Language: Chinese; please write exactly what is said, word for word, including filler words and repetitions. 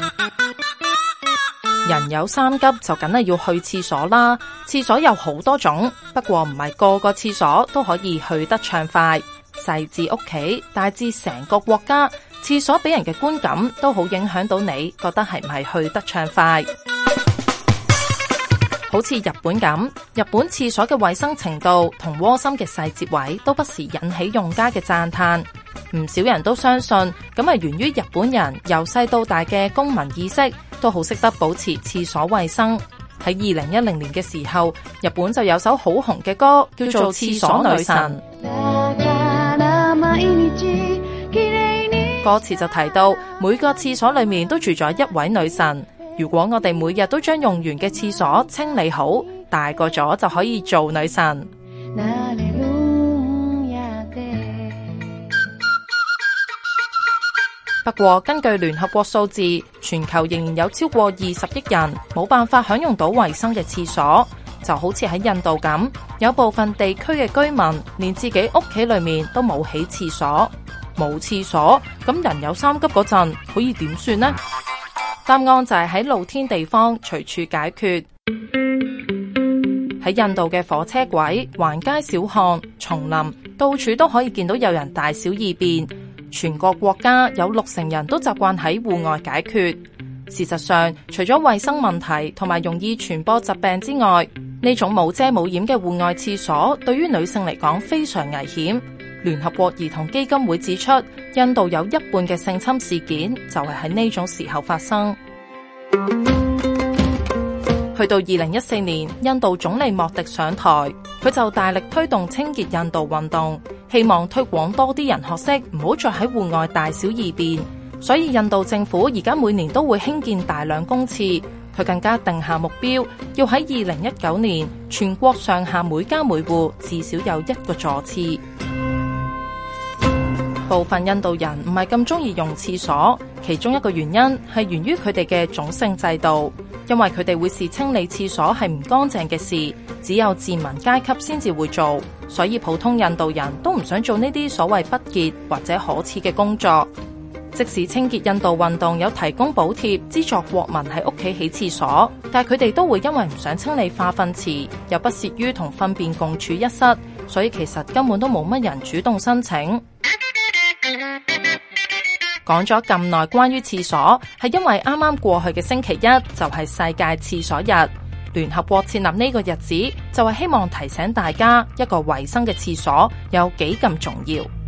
人有三急就梗係要去廁所啦，廁所有好多種，不過唔係個個廁所都可以去得暢快。細至屋企，大至成個國家，廁所俾人嘅觀感都好影響到你覺得係唔係去得暢快。好似日本咁，日本廁所嘅衛生程度同窩心嘅細節位都不時引起用家嘅讚嘆。唔少人都相信咁係源於日本人由細到大嘅公民意識，都好識得保持廁所衛生。喺二零一零年嘅時候，日本就有首好紅嘅歌叫做《廁所女神》，歌詞就提到每個廁所裏面都住咗一位女神。如果我哋每日都將用完嘅廁所清理好，大個咗就可以做女神。不過根據聯合國數字，全球仍然有超過二十億人冇辦法享用到衛生嘅廁所。就好似喺印度咁，有部分地區嘅居民連自己屋企裏面都冇起廁所。冇廁所，咁人有三急嗰陣可以點算呢？答案就係喺露天地方隨處解決。喺印度嘅火車軌、橫街小巷、叢林，到處都可以見到有人大小二便。全個國家有六成人都習慣喺戶外解決。事實上，除咗衛生問題同埋容易傳播疾病之外，呢種冇遮冇掩嘅戶外廁所對於女性嚟講非常危險。聯合國兒童基金會指出，印度有一半嘅性侵事件就係喺呢種時候發生。去到二零一四年，印度總理莫迪上台，佢就大力推動清潔印度運動，希望推廣多啲人學識唔好再喺戶外大小二便。所以印度政府而家每年都會興建大量公廁，佢更加定下目標，要喺二零一九年全國上下每家每戶至少有一個座廁。部分印度人唔係咁中意用廁所，其中一個原因係源於佢哋嘅種姓制度，因為佢哋會視清理廁所係唔乾淨嘅事，只有賤民階級先至會做，所以普通印度人都唔想做呢啲所謂不潔或者可恥嘅工作。即使清潔印度運動有提供補貼資助國民喺屋企起廁所，但佢哋都會因為唔想清理化糞池，又不屑於同糞便共處一室，所以其實根本都冇乜人主動申請。講咗咁耐關於廁所，係因為啱啱過去嘅星期一就係世界廁所日，聯合國設立呢個日子就係希望提醒大家一個衛生嘅廁所有幾咁重要。